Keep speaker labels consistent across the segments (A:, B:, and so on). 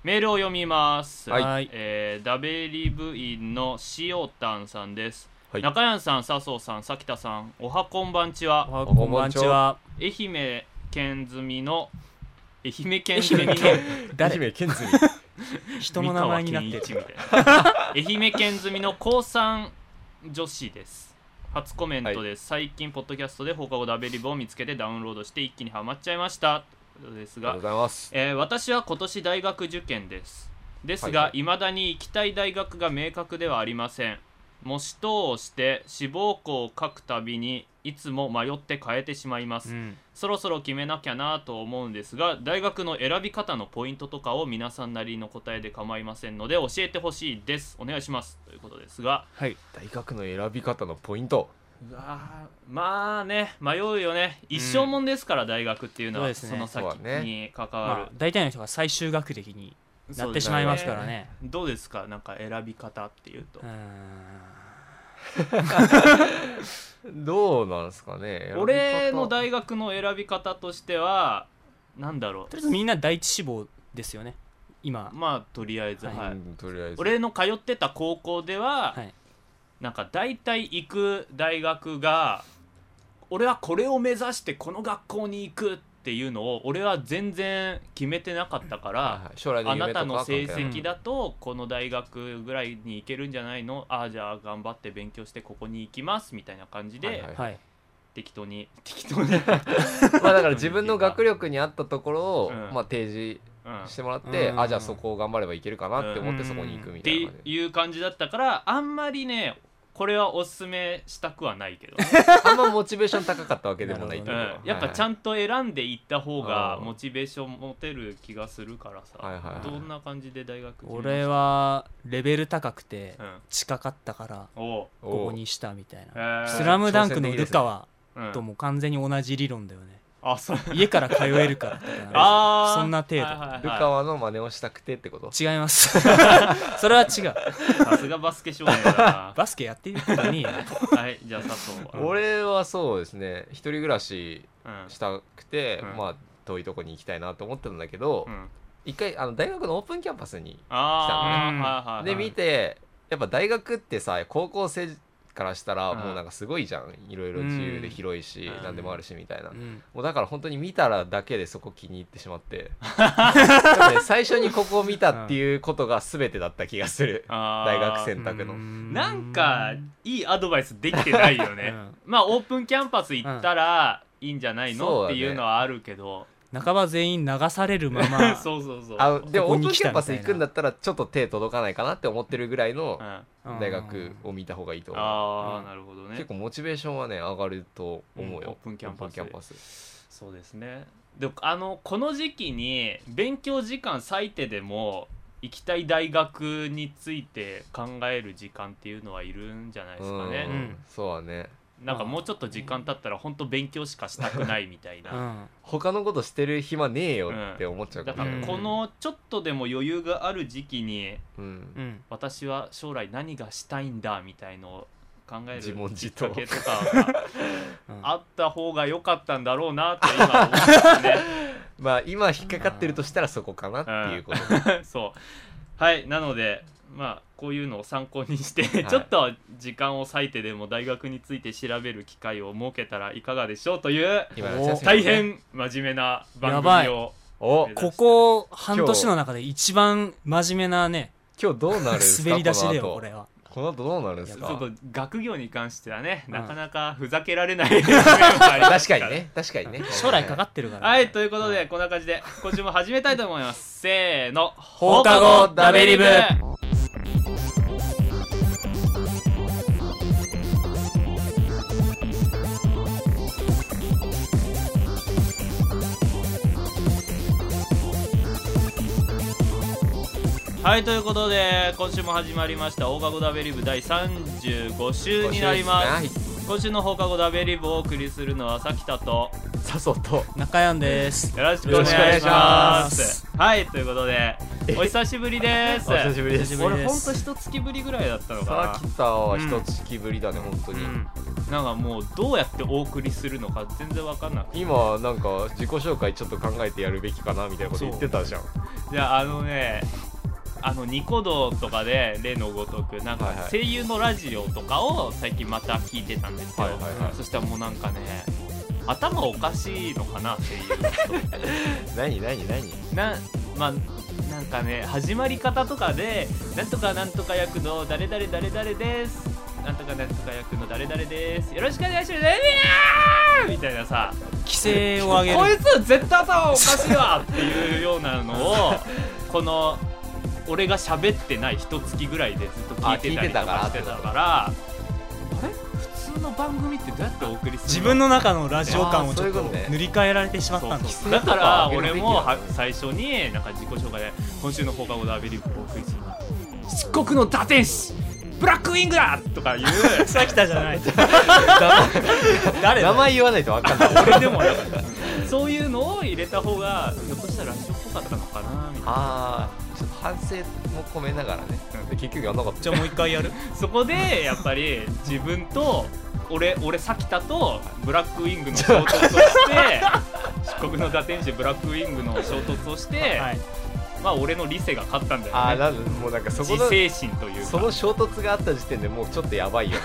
A: メールを読みます。
B: はい、
A: ダベリ部員のしおたんさんです。
B: はい、
A: 中谷さん、笹生さん、咲田さん、おはこんばんちは。
B: おはこんばんちは。
A: 愛媛県済みの愛媛県済みの
B: 誰？愛媛県済み人の名前になってるみたいな
A: 愛媛県済みの高3女子です。初コメントです、はい、最近ポッドキャストで放課後ダベリブを見つけてダウンロードして一気にハマっちゃいましたですが、
B: ありがとうございます。
A: 私は今年大学受験ですが、未だに行きたい大学が明確ではありません。模試等をして志望校を書くたびにいつも迷って変えてしまいます、そろそろ決めなきゃなと思うんですが、大学の選び方のポイントとかを皆さんなりの答えで構いませんので教えてほしいです。お願いしますということですが、
B: はい、大学の選び方のポイント。
A: まあね、迷うよね。一生もんですから、大学っていうのは、
B: ね、
A: その先に関わる、
C: 大体の人が最終学歴になってしまいますからね。
A: どうですか、なんか選び方っていうと。
B: どうなんですかね。
A: 俺の大学の選び方としてはなんだろう、
C: とりあえずみんな第一志望ですよね今。
A: まあとりあえず、
B: とりあえず
A: 俺の通ってた高校では、なんか大体行く大学が、俺はこれを目指してこの学校に行くっていうのを俺は全然決めてなかったから、
B: 将来の夢とか
A: あなたの成績だとこの大学ぐらいに行けるんじゃないの、じゃあ頑張って勉強してここに行きますみたいな感じで、適当に
B: まあだから自分の学力に合ったところを、提示してもらって、じゃあそこを頑張ればいけるかなって思ってそこに行くみたいな
A: っていう感じだったから、あんまりねこれはおすすめしたくはないけど
B: あんまモチベーション高かったわけでもないってこと、
A: やっぱちゃんと選んでいった方がモチベーション持てる気がするからさ、どんな感じで大学に？
C: 俺はレベル高くて近かったからここにしたみたいな。スラムダンクのルカワとも完全に同じ理論だよね。家から通えるからそんな程度。
B: ルカワの真似をしたくてってこと？
C: 違いますそれは違う。
A: さすがバスケ少年だな
C: バスケやってるからね
A: はい、じゃあ佐藤は？
B: 俺はそうですね、一人暮らししたくて、まあ遠いとこに行きたいなと思ってたんだけど、一回大学のオープンキャンパスに来たのね。で見て、やっぱ大学ってさ、高校生からしたらもうなんかすごいじゃん、いろいろ自由で広いし、何でもあるしみたいな、もうだから本当に見たらだけでそこ気に入ってしまって最初にここを見たっていうことが全てだった気がする、大学選択の。
A: なんかいいアドバイスできてないよねまあオープンキャンパス行ったらいいんじゃないのっていうのはあるけど、
C: 半ば全員流されるまま
A: そう
B: でもオープンキャンパス行くんだったらちょっと手届かないかなって思ってるぐらいの大学を見た方がいいと思う。
A: なるほどね。
B: 結構モチベーションはね上がると思うよ、
A: オープンキャンパス。そうですね。でこの時期に勉強時間割いてでも行きたい大学について考える時間っていうのはいるんじゃないですかね。
B: そうだね。
A: なんかもうちょっと時間経ったら本当勉強しかしたくないみたいな、
B: 他のことしてる暇ねえよって思っちゃうから、
A: だからこのちょっとでも余裕がある時期に、私は将来何がしたいんだみたいのを考えるきっかけとかがあった方が良かったんだろうなって今思うんですね
B: まあ今引っかかってるとしたらそこかなっていうことで、
A: そうはい。なのでまあこういうのを参考にしてちょっと時間を割いてでも大学について調べる機会を設けたらいかがでしょうという大変真面目な番組を
C: ここ半年の中で一番真面目なね、
B: 今日どうなるんですか？
C: 滑り出しだよこれは。
B: この後どうなるんですか？
A: ちょっと学業に関してはね、なかなかふざけられない確か
B: にね
C: 将来かかってるから、
A: はい。ということでこんな感じで今週も始めたいと思いますせーの、
C: 放課後ダベリブ。
A: はい、ということで今週も始まりました放課後ダベリブ第35週になります。今週の放課後ダベリブをお送りするのはさきたと
B: 笹生と
C: 中山です。
A: よろしくお願いします。はい、ということでお久しぶりです。
B: お久しぶりです。
A: 俺ほんと一月ぶりぐらいだったのかな。
B: さきたは一月ぶりだね、本当に、
A: なんかもうどうやってお送りするのか全然分かんなくて、
B: 今なんか自己紹介ちょっと考えてやるべきかなみたいなこと言ってたじゃん。
A: じゃあニコ動とかで例のごとくなんか声優のラジオとかを最近また聞いてたんですよ、そしたらもうなんかね頭おかしいのかな声優の人
B: 何
A: まあなんかね始まり方とかでなんとかなんとか役の誰々誰々ですなんとかなんとか役の誰々ですよろしくお願いしますみたいなさ
C: 規制を上げる
A: こいつ絶対頭おかしいわっていうようなのをこの俺が喋ってない一月ぐらいでずっと聞いてたりとかしてたからあれ普通の番組ってどうやってお送りするの
C: 自分の中のラジオ感をちょっと塗り替えられてしまったんです。
A: だから俺も最初になんか自己紹介で今週の放課後ダービリーをお送りする漆黒の打天使ブラックウィングだとか言う
C: さきたじゃない
B: 誰名前言わないと分かんない
A: 俺でもなかったそういうのを入れた方がひょっとしたらラジオっぽかったのかなみたいな
B: ちょっと反省も込めながらね、結局やんなかった。
C: じゃあもう一回やる
A: そこでやっぱり自分と俺さきたとブラックウィングの衝突をして漆黒の打天使ブラックウィングの衝突をして、はい、まあ俺の理性が勝ったんだよね。
B: もうなんかそこの
A: 自制心というか
B: その衝突があった時点でもうちょっとやばいよね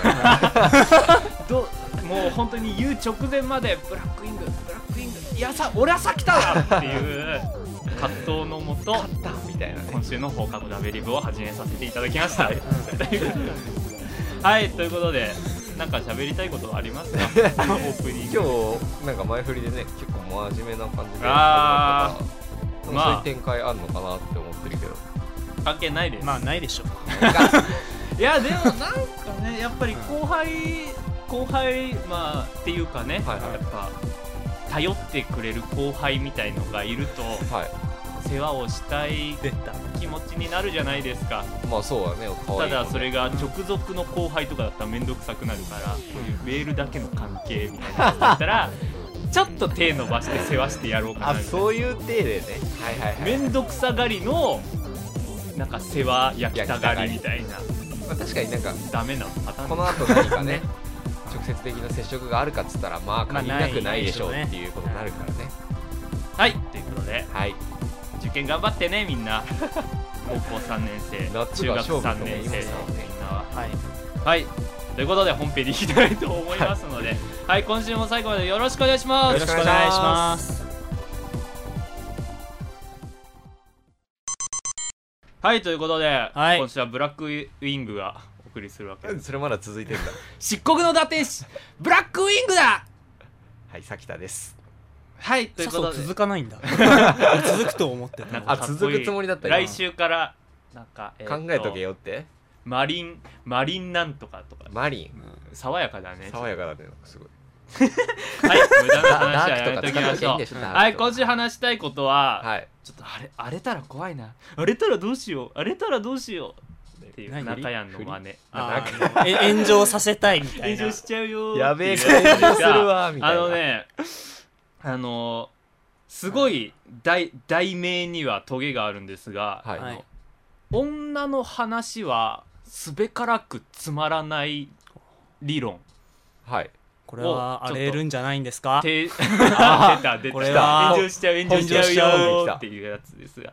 A: もう本当に言う直前までブラックウィングいや俺はさきただっていう葛藤のもと
B: みたいな、ね、
A: 今週の放課後ダベリブを始めさせていただきましたはいということでなんか喋りたいことはありますかオープニング
B: 今日なんか前振りでね結構真面目な感じで始まったからそういう展開あるのかなって思ってるけど
A: 関係ないです。
C: まあないでしょ
A: いやでもなんかねやっぱり後輩まあっていうかね、やっぱ頼ってくれる後輩みたいのがいると、世話をしたい気持ちになるじゃないですか。
B: まあそうだね。
A: ただそれが直属の後輩とかだったら面倒くさくなるから、メールだけの関係みたいなやつだったらちょっと手伸ばして世話してやろうかなみたいな。
B: そういう手でね。
A: 面倒くさがりのなんか世話焼きたがりみたいな。
B: まあ、確かになんか
A: ダメなパターン。
B: この後何かね直接的な接触があるかっつったらまあ限りなくないでしょうっていうことになるからね。
A: はいということで、受験頑張ってねみんな。高校3年生、中学3年生のみんなは。はいということで本編に行きたいと思いますので、はい今週も最後までよろしくお願いします。
C: よろしくお願いします。
A: はいということで、今週はブラックウィングがお送りするわけです。
B: それまだ続いてるんだ。
A: 漆黒の打天使ブラックウィングだ。
B: はい、さきたです。
A: はいということで
C: 続かないんだ。続くと思ってた。
B: 続くつもりだったよ。
A: 来週からなんか、
B: 考えとけよって。
A: マリンなんとかとか。
B: マリン、
A: 爽やかだね。
B: 爽やかだね、すごい。
A: はい無駄な話はやめときましょう。はい今週話したいことは、ちょっと荒れたら怖いな、荒れたらどうしようっていう中やんの真似。
C: 炎上させたいみたいな。
A: 炎上しちゃうよ。
B: やべえ炎上するわみたい
A: な。すごい題名にはトゲがあるんですが、女の話はすべからくつまらない理論。
C: これは荒れるんじゃないんですか。
A: 出た炎上しちゃうよっていうやつですが、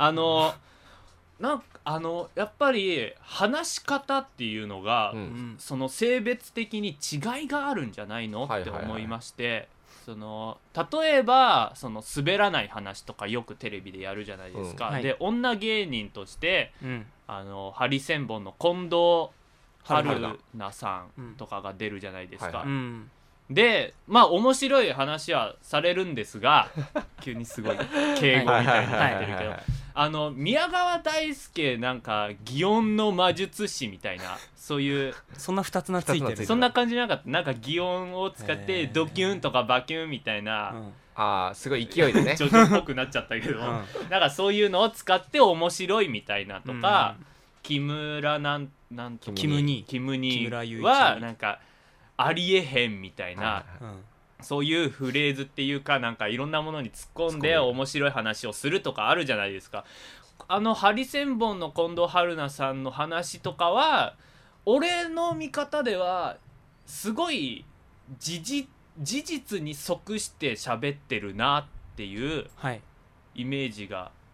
A: やっぱり話し方っていうのが、その性別的に違いがあるんじゃないのって思いまして、例えば滑らない話とかよくテレビでやるじゃないですか。で女芸人として、ハリセンボンの近藤春菜さんとかが出るじゃないですか。でまあ面白い話はされるんですが急にすごい敬語みたいになってるけど、宮川大輔なんか擬音の魔術師みたいな、そういう
C: そんな2つなついてる、
A: そんな感じじゃなかった。なんか擬音を使ってドキュンとかバキュンみたいな、
B: すごい勢いでね
A: ジョジョっぽくなっちゃったけど、なんかそういうのを使って面白いみたいなとか、木村キムニはなんかありえへんみたいな、そういうフレーズっていうか、なんかいろんなものに突っ込んで面白い話をするとかあるじゃないですか。ハリセンボンの近藤春菜さんの話とかは俺の見方ではすごい事実に即して喋ってるなっていうイメージが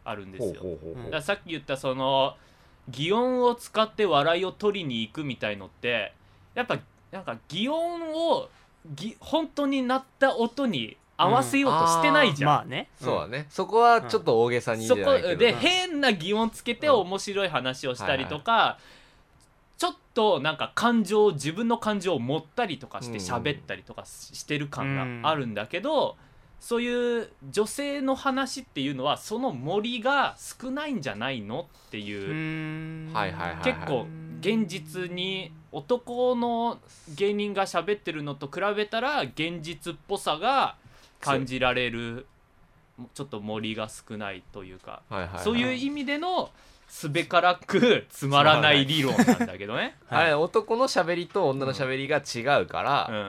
A: あるんですよ。だからさっき言ったその擬音を使って笑いを取りに行くみたいのってやっぱなんか擬音を本当に鳴った音に合わせようとしてないじゃん、
C: まあね、
B: そうだね、そこはちょっと大げさにじゃないけど、
A: そこで変な擬音つけて面白い話をしたりとか、ちょっとなんか自分の感情を持ったりとかして喋ったりとかしてる感があるんだけど、そういう女性の話っていうのはその森が少ないんじゃないのっていう、結構現実に男の芸人が喋ってるのと比べたら現実っぽさが感じられる、ちょっと森が少ないというか、そういう意味でのすべからくつまらない理論なんだけどね
B: あれ男の喋りと女の喋りが違うから、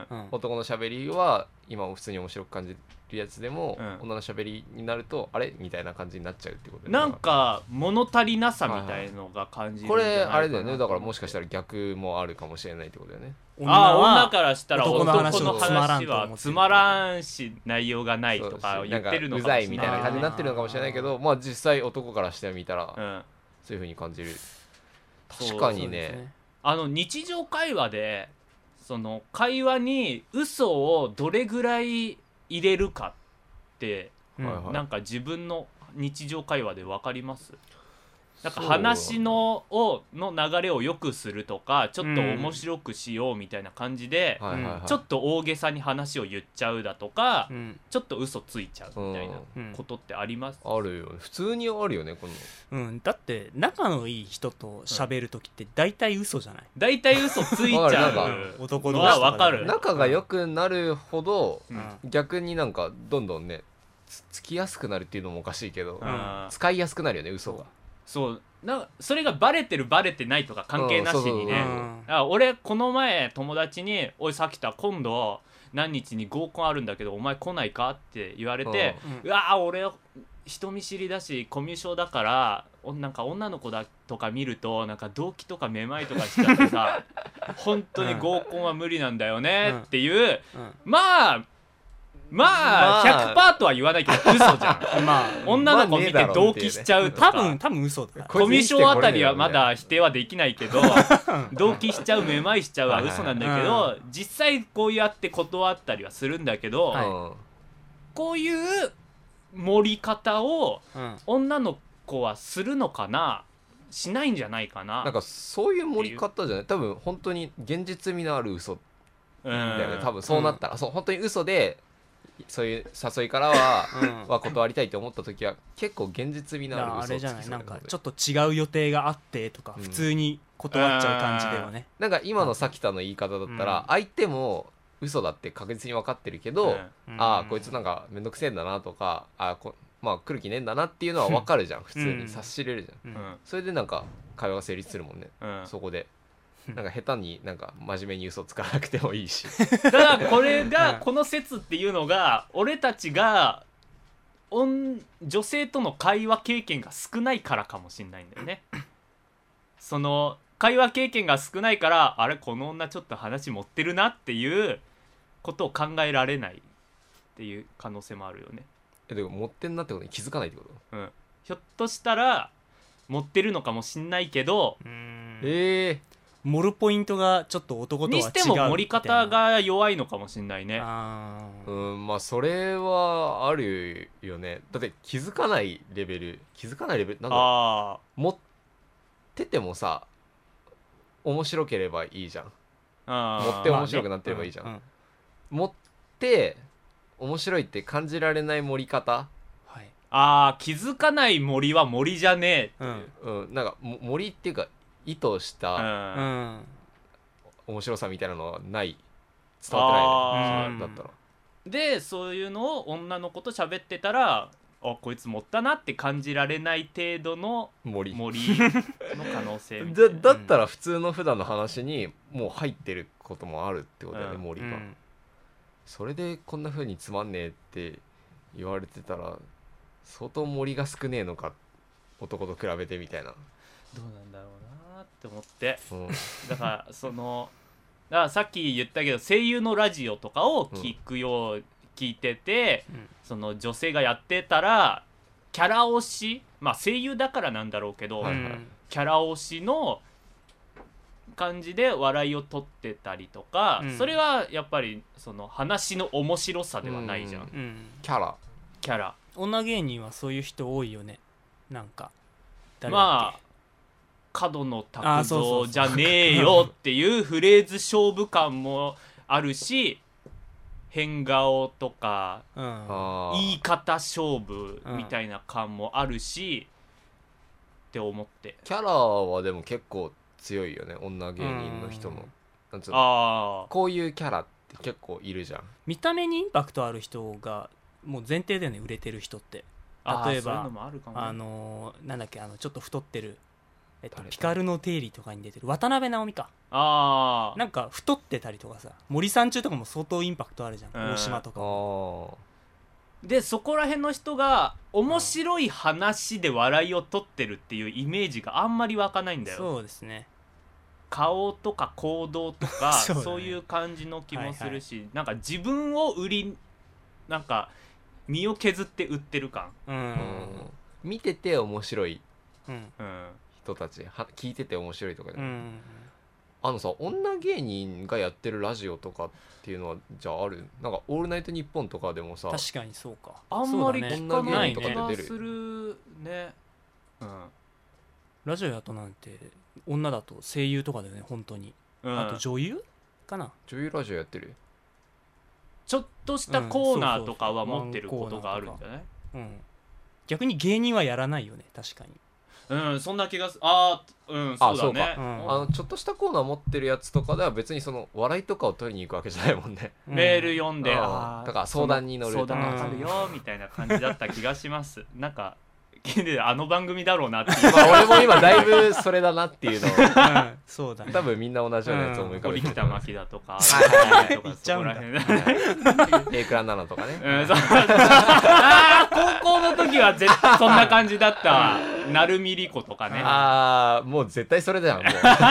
B: 男の喋りは今も普通に面白く感じるやつでも、女の喋りになるとあれみたいな感じになっちゃうってことで、
A: なんか物足りなさみたいのが感じるんじゃないかな。
B: これあれだよね、だからもしかしたら逆もあるかもしれないってことだよね。
A: 女からしたら男の話
C: は
A: つまらんし内容がないとか言ってるのかもしれない、
B: うざいみたいな感じになってるのかもしれないけど、まあ実際男からしてみたら、そういう風に感じる。確かにね、
A: 日常会話でその会話に嘘をどれぐらい入れるかって、なんか自分の日常会話で分かります？なんか話の流れを良くするとか、ちょっと面白くしようみたいな感じで、ちょっと大げさに話を言っちゃうだとか、ちょっと嘘ついちゃうみたいなことってあります？
B: あるよ、普通にあるよねこ
C: の、だって仲のいい人と喋る時って大体嘘じゃない？
A: 大体嘘ついちゃう男のは分かる。
B: 仲が良くなるほど、逆になんかどんどんねつきやすくなるっていうのもおかしいけど、使いやすくなるよね嘘が。
A: そうそれがバレてるバレてないとか関係なしにね、俺この前友達に「おいさきた今度何日に合コンあるんだけどお前来ないか?」って言われて、うわ俺人見知りだしコミュ障だからなんか女の子だとか見るとなんか動機とかめまいとかしちゃってさ本当に合コンは無理なんだよねっていう、まあ 100% とは言わないけど嘘じゃん女の子見て動機しちゃうとか、
C: 多分嘘だ。
A: コミュ障あたりはまだ否定はできないけど動機しちゃうめまいしちゃうは嘘なんだけど、実際こうやって断ったりはするんだけど、こういう盛り方を女の子はするのかな、しないんじゃないかな。
B: なんかそういう盛り方じゃない、多分本当に現実味のある嘘だよね、多分そうなったら、そう本当に嘘でそういう誘いからは断りたいと思った時は結構現実味のある嘘をつきそうだよね。
C: あれじゃない、なんかちょっと違う予定があってとか普通に断っちゃう感じではね。
B: なんか今のさきたの言い方だったら相手も嘘だって確実に分かってるけど、ああこいつなんかめんどくせえんだなとか、まあ来る気ねえんだなっていうのは分かるじゃん普通に察しれるじゃん、それでなんか会話が成立するもんね、そこでなんか下手になんか真面目に嘘つかなくてもいいし
A: だからこれがこの説っていうのが俺たちが女性との会話経験が少ないからかもしれないんだよね。その会話経験が少ないから、あれこの女ちょっと話持ってるなっていうことを考えられないっていう可能性もあるよね。
B: でも持ってんなってことに気づかないってこと？
A: ひょっとしたら持ってるのかもしんないけど、
C: 盛るポイントがちょっと男とは違う
A: にしても盛り方が弱いのかもしんないね。
B: まあそれはあるよね。だって気づかないレベルなんだ、持っててもさ面白ければいいじゃん。持って面白くなってればいいじゃん、持って面白いって感じられない盛り方、
A: 気づかない森は森じゃねえっていう、
B: なんか森っていうか意図した面白さみたいなのはない伝わってないね、だったら。
A: でそういうのを女の子と喋ってたらこいつ持ったなって感じられない程度の森の可能性みたいな
B: だったら普通の普段の話にもう入ってることもあるってことだよね、森が。それでこんな風につまんねえって言われてたら相当森が少ねえのか男と比べてみたいな。
A: どうなんだろうなって思って、だからさっき言ったけど声優のラジオとかを聞いてて、その女性がやってたらキャラ推しまあ声優だからなんだろうけど、
B: はいはい
A: キャラ推しの感じで笑いを取ってたりとか、それはやっぱりその話の面白さではないじゃん、
B: キャラ
C: 女芸人はそういう人多いよね。なんか
A: まあ角野卓造じゃねえよっていうフレーズ勝負感もあるし、変顔とか言い方勝負みたいな感もあるし、って思って、
B: キャラはでも結構強いよね、女芸人の人の。なんつうの、こういうキャラって結構いるじゃん。
C: 見た目にインパクトある人がもう前提だよね、売れてる人って。例えばなんだっけ、ちょっと太ってる、ピカルの定理とかに出てる渡辺直美か。なんか太ってたりとかさ、森三中とかも相当インパクトあるじゃん、大島とか。
A: でそこら辺の人が面白い話で笑いを取ってるっていうイメージがあんまり湧かないんだよ。
C: そうですね。
A: 顔とか行動とかそういう感じの気もするし、なんか自分をなんか身を削って売ってる感、
B: 見てて面白い人たち、聞いてて面白いとかで、さ、女芸人がやってるラジオとかっていうのはじゃあある？なんかオールナイトニッポンとかでもさ、
C: 確かにそうか、
A: あんまり聞かない気がするね。
C: ラジオやとなんて女だと声優とかだよね本当に、あと女優かな。
B: 女優ラジオやってる。
A: ちょっとしたコーナーとかは持ってることがあるんじゃない？
C: 逆に芸人はやらないよね、確かに。
A: そんな気がする。そうだね。
B: ちょっとしたコーナー持ってるやつとかでは別にその笑いとかを取りに行くわけじゃないもんね。
A: メール読んで、
B: だから相談に乗る、
A: 相談わかるよみたいな感じだった気がします。なんかあの番組だろうなっていう
B: 俺も今だいぶそれだなっていうのを
C: そうだね、
B: 多分みんな同じようなやつを思い浮かべて
A: 堀北真希だとか
C: 言っちゃうんだ。
B: A クラ7とかね。
A: 高校の時は絶対そんな感じだった成海莉子とかね。
B: もう絶対それだよもう。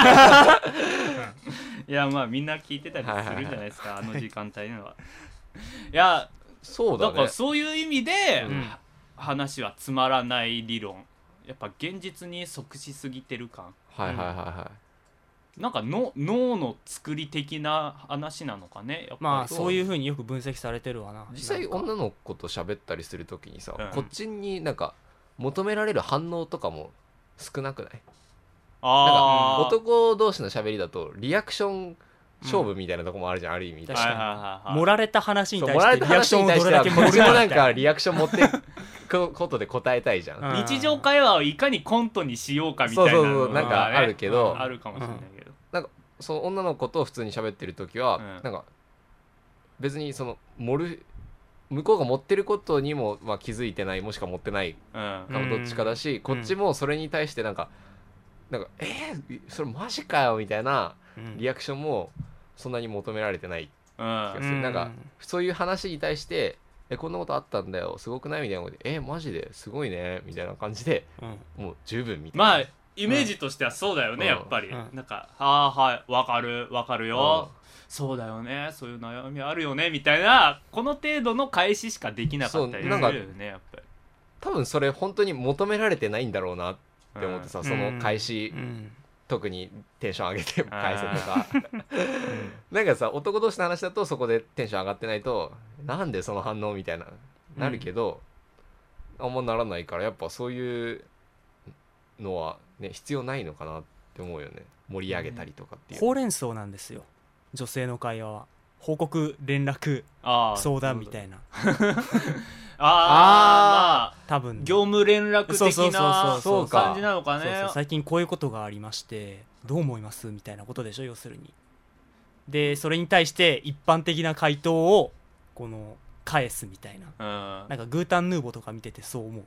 A: いやまあみんな聞いてたりするんじゃないですか、あの時間帯のは。いや
B: そうだね、
A: だからそういう意味で、話はつまらない理論、やっぱ現実に即しすぎてる感、なんか脳の作り的な話なのかね、やっぱり。
C: まあそういう風によく分析されてるわな。
B: 実際女の子と喋ったりするときにさ、こっちになんか求められる反応とかも少なくない？なんか男同士の喋りだとリアクション勝負みたいなとこもあるじゃん、ある意味。
C: 確かに盛られた話に対してリアクションをどれだけ
B: こっちもなんかリアクション持ってことで答えたいじゃん。
A: 日常会話をいかにコントにしようかみたいなのが
B: なんかあるけど、
A: あるかもしれないけど、
B: なんかその女の子と普通に喋ってる時は、なんか別にその向こうが持ってることにもまあ気づいてない、もしくは持ってないかもどっちかだし、こっちもそれに対してなんかそれマジかよみたいなリアクションもそんなに求められてない気がする。なんかそういう話に対してこんなことあったんだよすごくないみたいなことでマジですごいねみたいな感じで、もう十分みたいな。
A: まあイメージとしてはそうだよね、やっぱり、なんかはいわかるよ、そうだよね、そういう悩みあるよねみたいな、この程度の返ししかできなかったりするよね、やっぱり。
B: 多分それ本当に求められてないんだろうなって思ってさ、その返し、特にテンション上げて返せとかなんかさ、男同士の話だとそこでテンション上がってないとなんでその反応みたいななるけど、あんまならないから、やっぱそういうのはね必要ないのかなって思うよね。盛り上げたりとかっていう、
C: ほうれん草なんですよ女性の会話は。報告連絡相談みたいな
A: まあ
C: 多分
A: 業務連絡的な感じなのかね。
C: 最近こういうことがありましてどう思いますみたいなことでしょ、要するに。でそれに対して一般的な回答をこの返すみたいな、なんかグータンヌーボーとか見ててそう思う。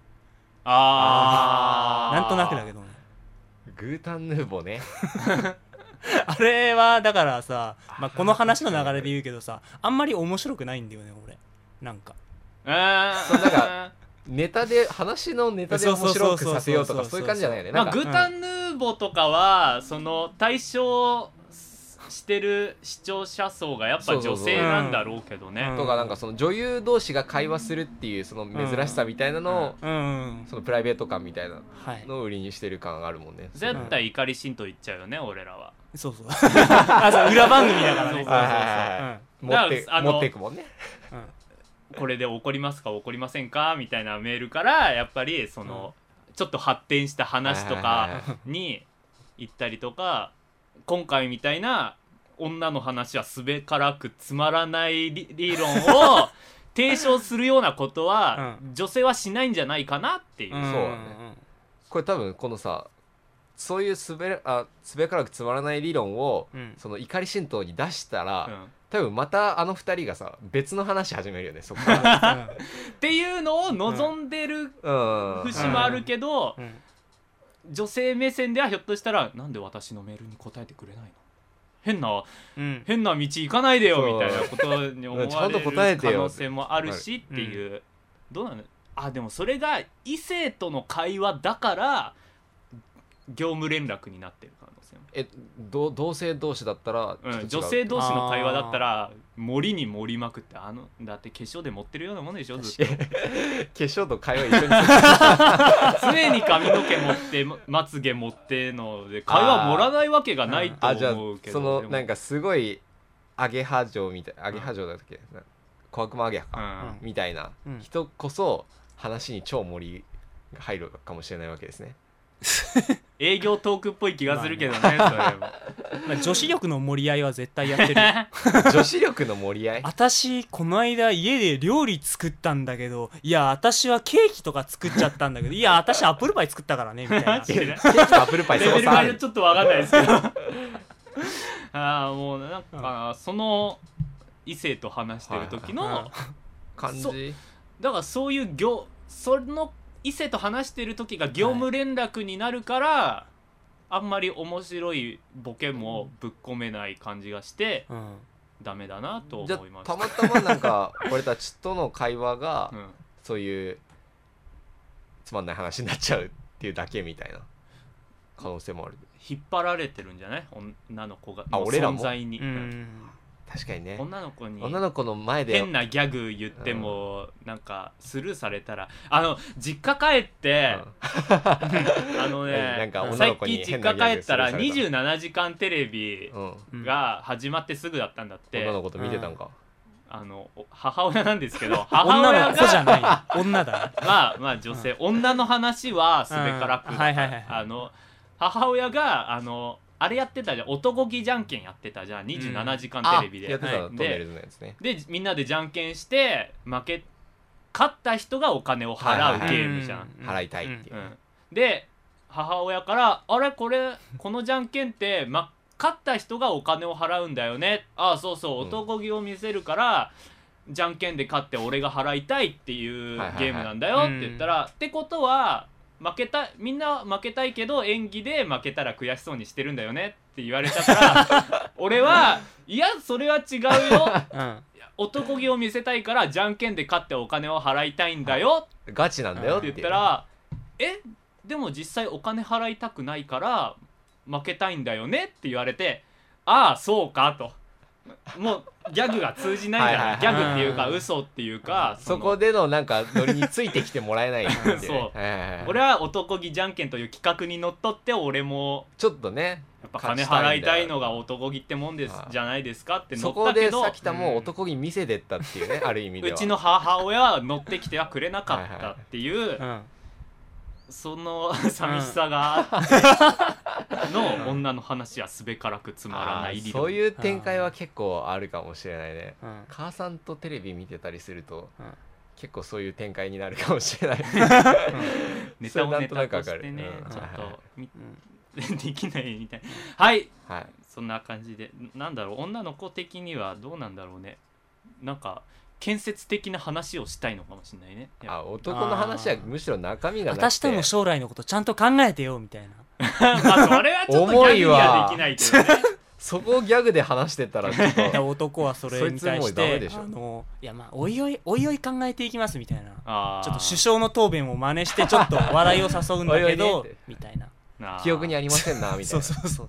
C: なんとなくだけどね。
B: グータンヌーボーね
C: あれはだからさ、まあ、この話の流れで言うけどさ、あんまり面白くないんだよね俺。なんか
B: そうなんか話のネタで面白くさせようとかそういう感じじゃないよね。
A: まあグータンヌーボーとかはその対象してる視聴者層がやっぱ女性なんだろうけどね。
B: とかなんかその女優同士が会話するっていうその珍しさみたいなのを、そのプライベート感みたいなのを売りにしてる感があるもんね。
A: 絶対怒り神道言っちゃうよね俺らは。
C: そうそう裏番組だから
B: ね。持っていくもんね。
A: これで怒りますか怒りませんかみたいなメールからやっぱりその、ちょっと発展した話とかに行ったりとか、今回みたいな女の話はすべからくつまらない理論を提唱するようなことは、女性はしないんじゃないかなっていう。そうだね。
B: これ多分このさ、そういうすべからくつまらない理論を、その怒り神道に出したら、多分またあの二人がさ別の話始めるよねそこから
A: っていうのを望んでる節もあるけど、女性目線ではひょっとしたらなんで私のメールに答えてくれないの、変な道行かないでよみたいなことに思われる可能性もあるしっていう、どうなの。あ、でもそれが異性との会話だから業務連絡になってる可能性も。
B: 同性同士だったら、
A: 女性同士の会話だったら盛りに盛りまくってだって化粧で持ってるようなもんでしょずっと。化
B: 粧と会話一緒に
A: する常に髪の毛持ってまつげ持ってので会話盛らないわけがないと思うけど。
B: そのなんかすごいアゲハ嬢みたい、アゲハ嬢だっけ、小悪魔アゲハか、みたいな人こそ話に超盛りが入るかもしれないわけですね。
A: 営業トークっぽい気がするけどね、それは。
C: 女子力の盛り合いは絶対やってる
B: 女子力の盛り合い。
C: 私この間家で料理作ったんだけど、いや私はケーキとか作っちゃったんだけど、いや私アップルパイ作ったからねみたいな。ケー
B: キとアップルパイ
A: レベルがちょっと分かんないですけどもうなんか、その異性と話してる時の
B: 感じ
A: だから、そういうその異性と話してる時が業務連絡になるから、あんまり面白いボケもぶっ込めない感じがして、ダメだなと思いました。
B: たまたまなんか俺たちとの会話が、そういうつまんない話になっちゃうっていうだけみたいな可能性もある。
A: 引っ張られてるんじゃない女の子が
B: 俺らも
A: 存在に。
B: 確かにね。
A: 女の子
B: の前で
A: 変なギャグ言っても、なんかスルーされたら、実家帰って最近実家帰ったら27時間テレビが始まってすぐだったんだって。
B: 女の子と見てたんか。
A: 母親なんですけど、
C: 母親が女の子じゃない女だね。
A: まあ女性、女の話はすべからく、母親があれやってたじゃん、男気じゃんけんやってたじゃん、27時間テレビで。
B: やってた、トンネルズのやつね。
A: でみんなでじゃんけんして勝った人がお金を払うゲームじゃん。
B: 払いたいっていう。
A: で母親から「あれこのじゃんけんって勝った人がお金を払うんだよね」「ああそうそう、男気を見せるからじゃんけんで勝って俺が払いたいっていうゲームなんだよ」って言ったら、ってことはみんな負けたいけど演技で負けたら悔しそうにしてるんだよねって言われたから俺はいやそれは違うよ、男気を見せたいからじゃんけんで勝ってお金を払いたいんだよ、
B: ガチなんだよ
A: って言ったら、でも実際お金払いたくないから負けたいんだよねって言われて、ああそうかと。もうギャグが通じないじゃない。ギャグっていうか嘘っていうか、
B: そこでのなんかノリについてきてもらえないっていう
A: そう俺は男気じゃんけんという企画にのっとって、俺も
B: ちょっとね
A: やっぱ金払いたいのが男気ってもんですじゃないですかって乗ったけど、
B: そこでさきたも男気見せてったっていうね、ある意味では
A: うちの母親は乗ってきてはくれなかったっていうその寂しさがあっての女の話はすべからくつまらない理論。
B: そういう展開は結構あるかもしれないね。母さんとテレビ見てたりすると結構そういう展開になるかもしれない
A: ネタをネタとしてね、ちょっとできないみたいな。はい、そんな感じで、なんだろう、女の子的にはどうなんだろうね。なんか建設的な話をしたいのかもしれないね。
B: 男の話はむしろ中身がなくて、
C: 私との将来のことちゃんと考えてよみたいな
A: それはちょっとギャグにはできないけどね
B: そこをギャグで話してたらちょっと
C: 男はそれに対していやまあおいおい考えていきますみたいな、ちょっと首相の答弁を真似してちょっと笑いを誘うんだけどみたいな、
B: 記憶にありませんなみたいな
C: そう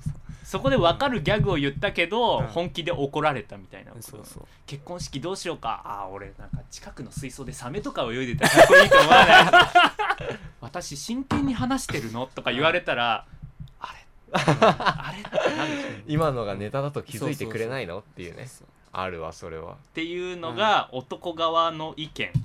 A: そこで分かるギャグを言ったけど、本気で怒られたみたいな。結婚式どうしようか、俺なんか近くの水槽でサメとか泳いでたらかっこいいと思わない私真剣に話してるのとか言われたら、あれってなる
B: 今のがネタだと気づいてくれないのっていうね。あるわそれは
A: っていうのが男側の意見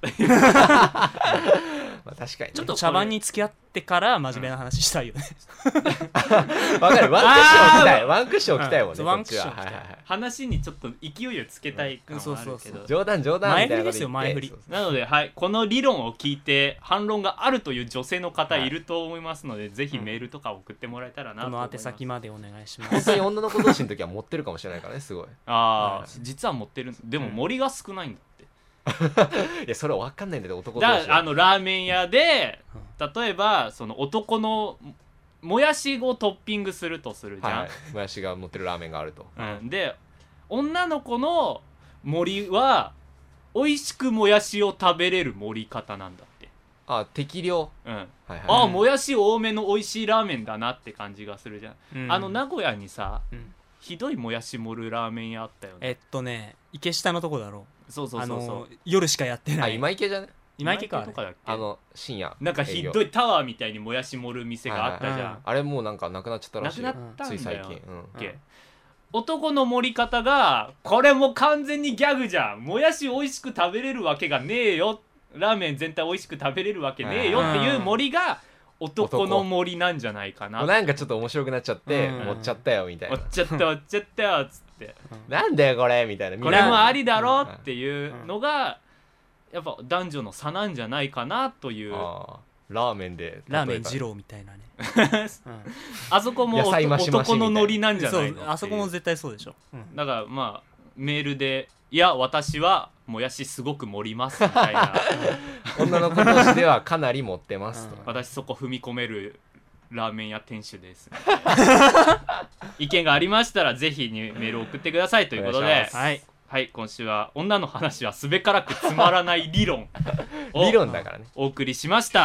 B: まあ確かに、ね、
C: ちょっと茶番に付き合ってから真面目な話したいよね
B: わかる。ワンクッション置きたい。ワンクッション置きたいもんね、
C: ワンクッション、
A: 話にちょっと勢いをつけたい感はあるけど、
B: 冗談みたいな
C: 前振りですよ、前振り。
A: なので、はい、この理論を聞いて反論があるという女性の方いると思いますので、ぜひメールとか送ってもらえたらなと思います。
C: この宛先までお願いします。
B: 本当に女の子同士の時は持ってるかもしれないからね、すごい。
A: 実は持ってる。でも森が少ないんだって。
B: いやそれは分かんないんだよ、男
A: 同士。ラーメン屋で例えばその男のもやしをトッピングするとするじゃん、
B: もやしが乗ってるラーメンがあると、
A: で女の子の盛りは美味しくもやしを食べれる盛り方なんだって。
B: 適量。
A: もやし多めの美味しいラーメンだなって感じがするじゃん、名古屋にさ、ひどいもやし盛るラーメン屋あったよね。
C: 池下のとこだろう。
A: そう
C: 夜しかやってない。
B: 今池じゃね。
C: 今池か
A: とかだっけ。
B: 深夜
A: なんかひどいタワーみたいにもやし盛る店があったじゃん。
B: あれもうなんかなくなっちゃったらしい。
A: なくなったんだよ、
B: つい最近。
A: 男の盛り方がこれも完全にギャグじゃん。もやし美味しく食べれるわけがねえよ、ラーメン全体美味しく食べれるわけねえよっていう盛りが男の盛りなんじゃないかな。
B: なんかちょっと面白くなっちゃって盛っちゃったよみたいな。
A: 盛っちゃったよっつって
B: なんだよこれみたいな。
A: これもありだろっていうのがやっぱ男女の差なんじゃないかなという。
B: ラーメンで
C: ラーメン二郎みたいなね
A: あそこも男のノリなんじゃないの。
C: あそこも絶対そうでしょ。
A: だからまあメールでいや私はもやしすごく盛りますみたいな
B: 女の子同士ではかなり盛ってますと、
A: 私そこ踏み込めるラーメン屋店主です意見がありましたらぜひにメールを送ってくださいということで、はい、今週は女の話はすべからくつまらない理論を
B: 理論だからね
A: お送りしました。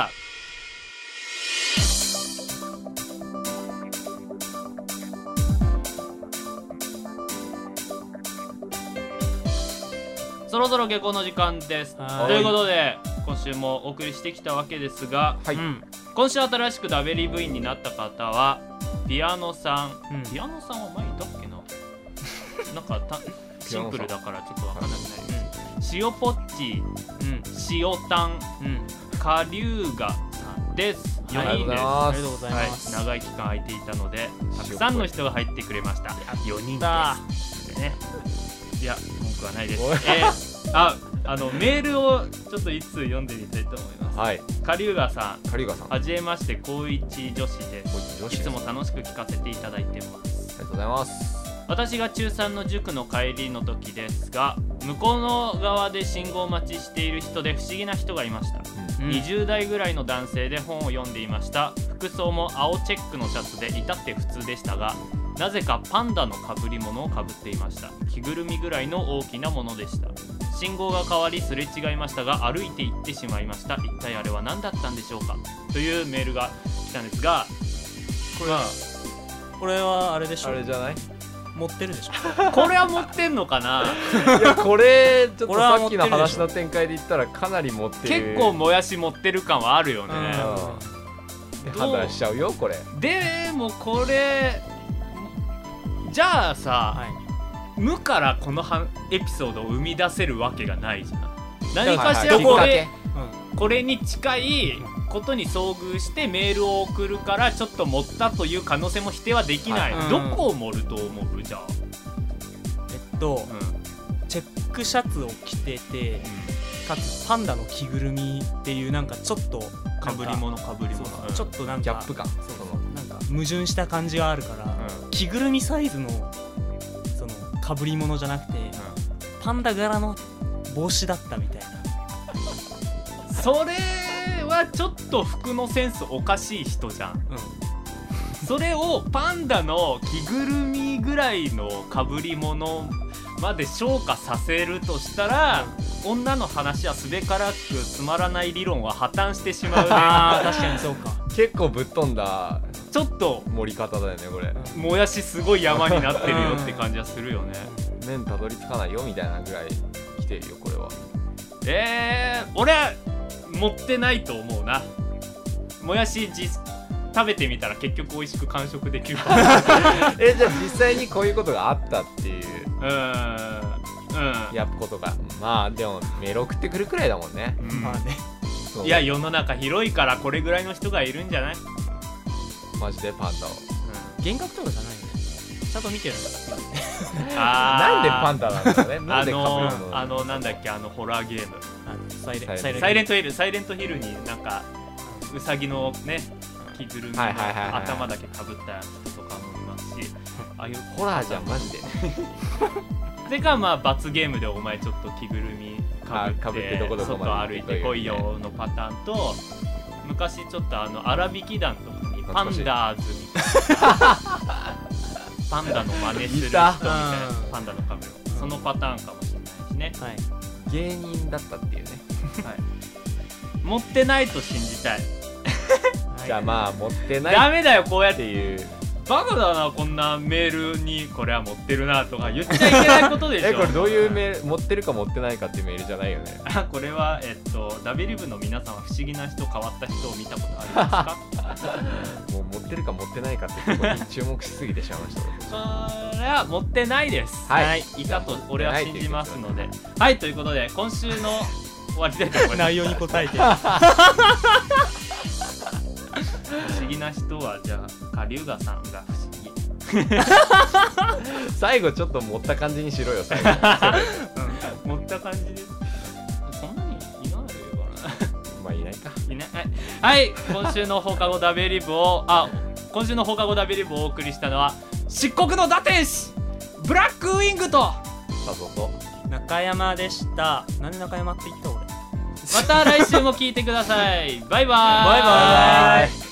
A: そろそろ下校の時間です。ということで今週もお送りしてきたわけですが、今週新しくダベリ部員になった方はピアノさん、ピアノさんは前いたっけななんかシンプルだからちょっと分かんなくなります。塩ポッチ、塩タン、カリューガさんです。4人です。
C: ありがとうございます。
A: 長い期間空いていたのでたくさんの人が入ってくれました。4人ですね。いや文句はないです。メールをちょっと一通読んでみたいと思います。カリューガさん、はじめまして高一女子です。いつも楽しく聞かせていただいてます。
B: ありがとうございます。
A: 私が中3の塾の帰りの時ですが、向こうの側で信号待ちしている人で不思議な人がいました。20代ぐらいの男性で本を読んでいました。服装も青チェックのシャツで至って普通でしたが、なぜかパンダの被り物をかぶっていました。着ぐるみぐらいの大きなものでした。信号が変わりすれ違いましたが歩いて行ってしまいました。一体あれは何だったんでしょうか、というメールが来たんですが、
C: これはあれでしょ。
B: あれじゃない？
C: 持ってるでしょ
A: これは持ってんのかな。
B: いやこれちょっとさっきの話の展開で言ったらかなり持ってる。
A: 結構もやし持ってる感はあるよね。
B: 判断しちゃうよこれ。
A: でもこれじゃあさ、無からこのエピソードを生み出せるわけがないじゃん。何かしらこれに近いことに遭遇してメールを送るからちょっと盛ったという可能性も否定はできない。どこを盛ると思う？じゃあ
C: チェックシャツを着てて、かつパンダの着ぐるみっていうなんかちょっと
A: かぶり物、
C: ちょっとなんか
B: ギャップ感、
C: なんか矛盾した感じがあるから、着ぐるみサイズのそのかぶり物じゃなくて、パンダ柄の帽子だったみたいな。
A: それはちょっと服のセンスおかしい人じゃん。それをパンダの着ぐるみぐらいのかぶり物まで昇華させるとしたら、女の話はすべからくつまらない理論は破綻してしまうね。
C: 確かにそうか。
B: 結構ぶっ飛んだ
A: ちょっと
B: 盛り方だよねこれ。
A: もやしすごい山になってるよって感じはするよね。
B: 麺たどり着かないよみたいなぐらい来てるよこれは。
A: 俺持ってないと思うな。もやし食べてみたら結局美味しく完食できるからじゃ
B: あ実際にこういうことがあったっていうやっことが、まあでもメール送ってくるくらいだもんね。
C: まあね。
A: いや世の中広いからこれぐらいの人がいるんじゃない？
B: マジでパンダを、
C: 幻覚とかじゃないの？ちゃんと見てるんだ。
B: なんでパンダなんだろうね。なんで
A: なんだっけホラーゲーム
C: サイ
A: レントヒルになんかウサギのね着ぐるみの頭だけかぶったやつとかもいますし、ああいう
B: ホラーじゃんマジで。
A: でかまあ罰ゲームでお前ちょっと着ぐるみかぶって外歩いてこいよのパターンと、昔ちょっと荒引き団とかにパンダーズみたいなパンダの真似する人みたいなパンダのカメラ、そのパターンかもしれないしね、はい、
B: 芸人だったっていうね、
A: はい、持ってないと信じたい。
B: じゃあまあ持ってない
A: ダメだよこうやっていうバカだな、こんなメールにこれは持ってるなとか言っちゃいけないことでしょ。
B: これどういうメール、持ってるか持ってないかっていうメールじゃないよね。
A: これはダビリブの皆さんは不思議な人、変わった人を見たことありますか？
B: もう持ってるか持ってないかってところに注目しすぎてしまいました。
A: それは持ってないです。はい、いたと俺は信じますので。はい、ということで今週の終わりで
C: 内容に答えて
A: 不思議な人はじゃあ龍河さんが不思議。
B: 最後ちょっと持った感じにしろよ最後。
A: 持った感じです。そんなにいないよな。
B: まあいないか。
A: いない。はい、今週の放課後ダベリブをお送りしたのは漆黒の打天使ブラックウィングと
C: 中山でした。なんで中山って言った俺。
A: また来週も聞いてください。バイバーイ。
C: バイバーイ。